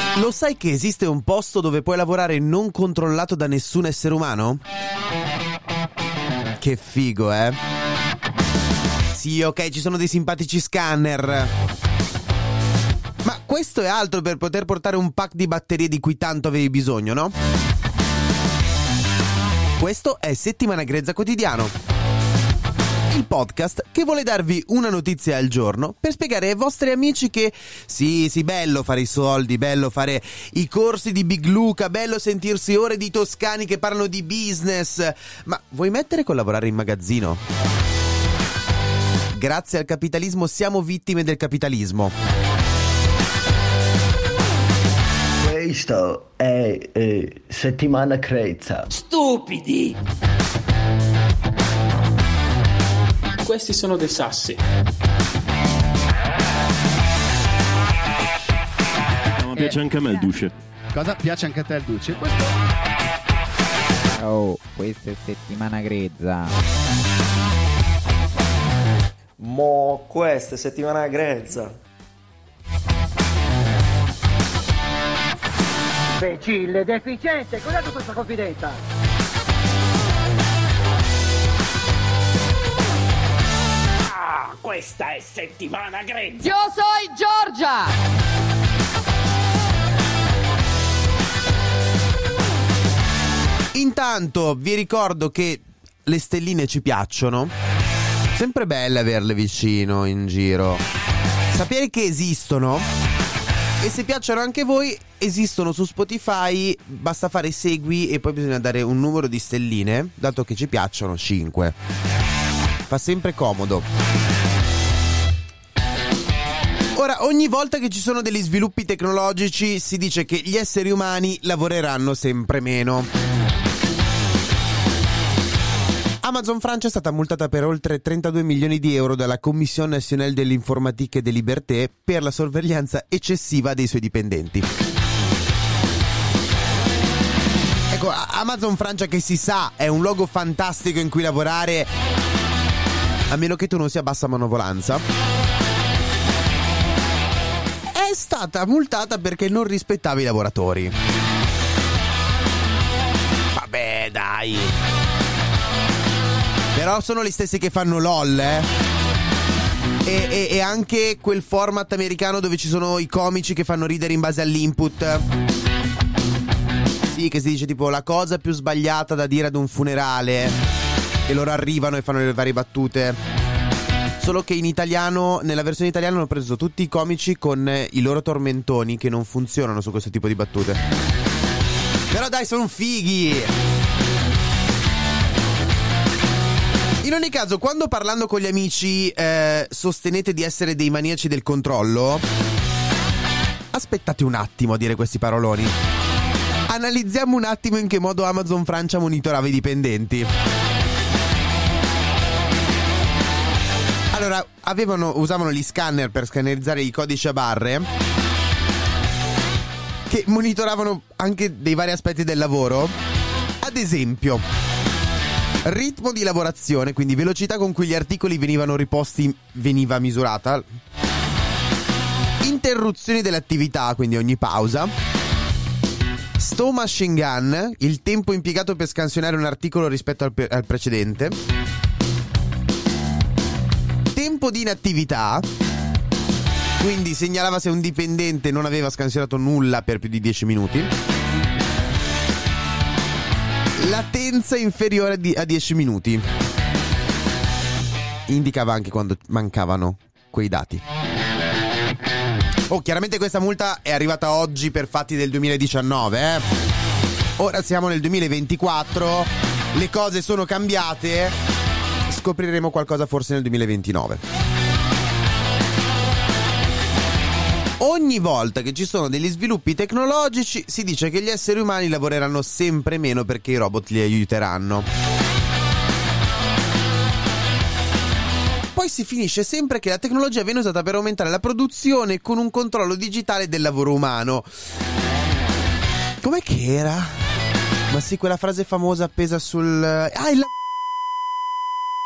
Lo sai che esiste un posto dove puoi lavorare non controllato da nessun essere umano? Che figo, eh? Sì, ok, ci sono dei simpatici scanner. Ma questo è altro per poter portare un pack di batterie di cui tanto avevi bisogno, no? Questo è Settimana Grezza Quotidiano, il podcast che vuole darvi una notizia al giorno per spiegare ai vostri amici che sì, bello fare i soldi, bello fare i corsi di Big Luca, bello sentirsi ore di toscani che parlano di business, ma vuoi mettere con lavorare in magazzino? Grazie al capitalismo siamo vittime del capitalismo. Questo è Settimana Grezza. Stupidi! Questi sono dei sassi. Ma piace anche a me il duce. Cosa? Piace anche a te il duce? Questo... Oh, questa è Settimana Grezza. Mo, questa è Settimana Grezza. Imbecille, deficiente, cos'è tutta questa confidenza? Questa è Settimana Grezza. Io sono Giorgia! Intanto vi ricordo che le stelline ci piacciono. Sempre belle averle vicino in giro. Sapere che esistono. E se piacciono anche voi, esistono su Spotify. Basta fare segui e poi bisogna dare un numero di stelline. Dato che ci piacciono 5. Fa sempre comodo. Ora, ogni volta che ci sono degli sviluppi tecnologici si dice che gli esseri umani lavoreranno sempre meno. Amazon Francia è stata multata per oltre 32 milioni di euro dalla Commission nationale de l'informatique et des libertés per la sorveglianza eccessiva dei suoi dipendenti. Ecco, Amazon Francia, che si sa è un luogo fantastico in cui lavorare, a meno che tu non sia a bassa manovolanza, è stata multata perché non rispettava i lavoratori. Vabbè, dai. Però sono gli stessi che fanno LOL, e anche quel format americano dove ci sono i comici che fanno ridere in base all'input. Sì, che si dice tipo la cosa più sbagliata da dire ad un funerale, e loro arrivano e fanno le varie battute. Solo che in italiano, nella versione italiana, hanno preso tutti i comici con i loro tormentoni che non funzionano su questo tipo di battute. Però dai, sono fighi! In ogni caso, quando parlando con gli amici sostenete di essere dei maniaci del controllo, aspettate un attimo a dire questi paroloni. Analizziamo un attimo in che modo Amazon Francia monitorava i dipendenti. Allora, usavano gli scanner per scannerizzare i codici a barre, che monitoravano anche dei vari aspetti del lavoro. Ad esempio, ritmo di lavorazione, quindi velocità con cui gli articoli venivano riposti veniva misurata. Interruzioni dell'attività, quindi ogni pausa. Stow machine gun, il tempo impiegato per scansionare un articolo rispetto al precedente. Tempo di inattività, quindi segnalava se un dipendente non aveva scansionato nulla per più di 10 minuti. Latenza inferiore a 10 minuti, indicava anche quando mancavano quei dati. Oh, chiaramente questa multa è arrivata oggi per fatti del 2019, Ora siamo nel 2024, le cose sono cambiate, scopriremo qualcosa forse nel 2029. Ogni volta che ci sono degli sviluppi tecnologici si dice che gli esseri umani lavoreranno sempre meno perché i robot li aiuteranno. Poi si finisce sempre che la tecnologia viene usata per aumentare la produzione con un controllo digitale del lavoro umano. Com'è che era? Ma sì, quella frase famosa appesa sul... il